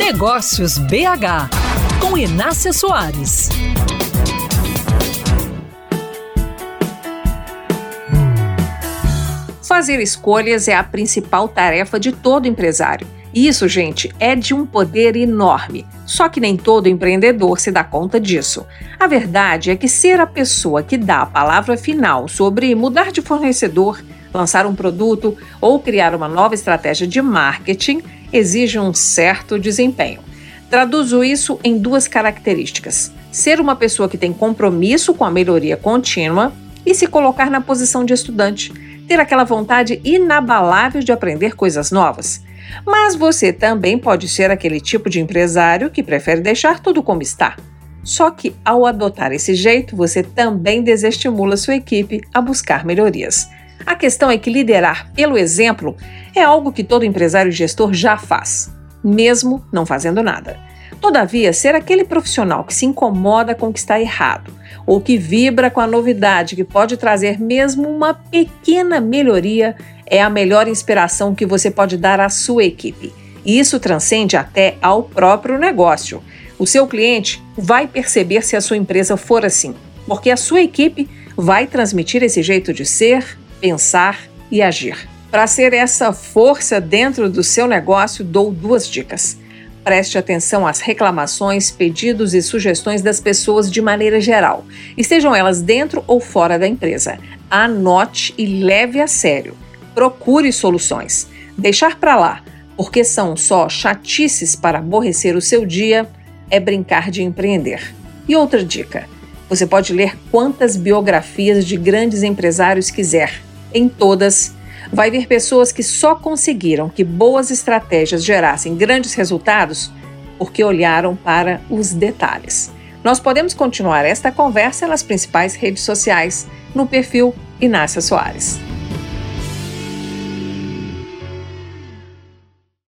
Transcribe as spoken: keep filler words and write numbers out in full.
Negócios B H, com Inácia Soares. Fazer escolhas é a principal tarefa de todo empresário. E isso, gente, é de um poder enorme. Só que nem todo empreendedor se dá conta disso. A verdade é que ser a pessoa que dá a palavra final sobre mudar de fornecedor, lançar um produto ou criar uma nova estratégia de marketing exige um certo desempenho. Traduzo isso em duas características: ser uma pessoa que tem compromisso com a melhoria contínua e se colocar na posição de estudante, ter aquela vontade inabalável de aprender coisas novas. Mas você também pode ser aquele tipo de empresário que prefere deixar tudo como está. Só que, ao adotar esse jeito, você também desestimula sua equipe a buscar melhorias. A questão é que liderar pelo exemplo é algo que todo empresário e gestor já faz, mesmo não fazendo nada. Todavia, ser aquele profissional que se incomoda com o que está errado, ou que vibra com a novidade que pode trazer mesmo uma pequena melhoria, é a melhor inspiração que você pode dar à sua equipe. E isso transcende até ao próprio negócio. O seu cliente vai perceber se a sua empresa for assim, porque a sua equipe vai transmitir esse jeito de ser, pensar e agir. Para ser essa força dentro do seu negócio, dou duas dicas. Preste atenção às reclamações, pedidos e sugestões das pessoas de maneira geral, estejam elas dentro ou fora da empresa. Anote e leve a sério. Procure soluções. Deixar para lá, porque são só chatices para aborrecer o seu dia, é brincar de empreender. E outra dica: você pode ler quantas biografias de grandes empresários quiser. Em todas, vai ver pessoas que só conseguiram que boas estratégias gerassem grandes resultados porque olharam para os detalhes. Nós podemos continuar esta conversa nas principais redes sociais, no perfil Inácia Soares.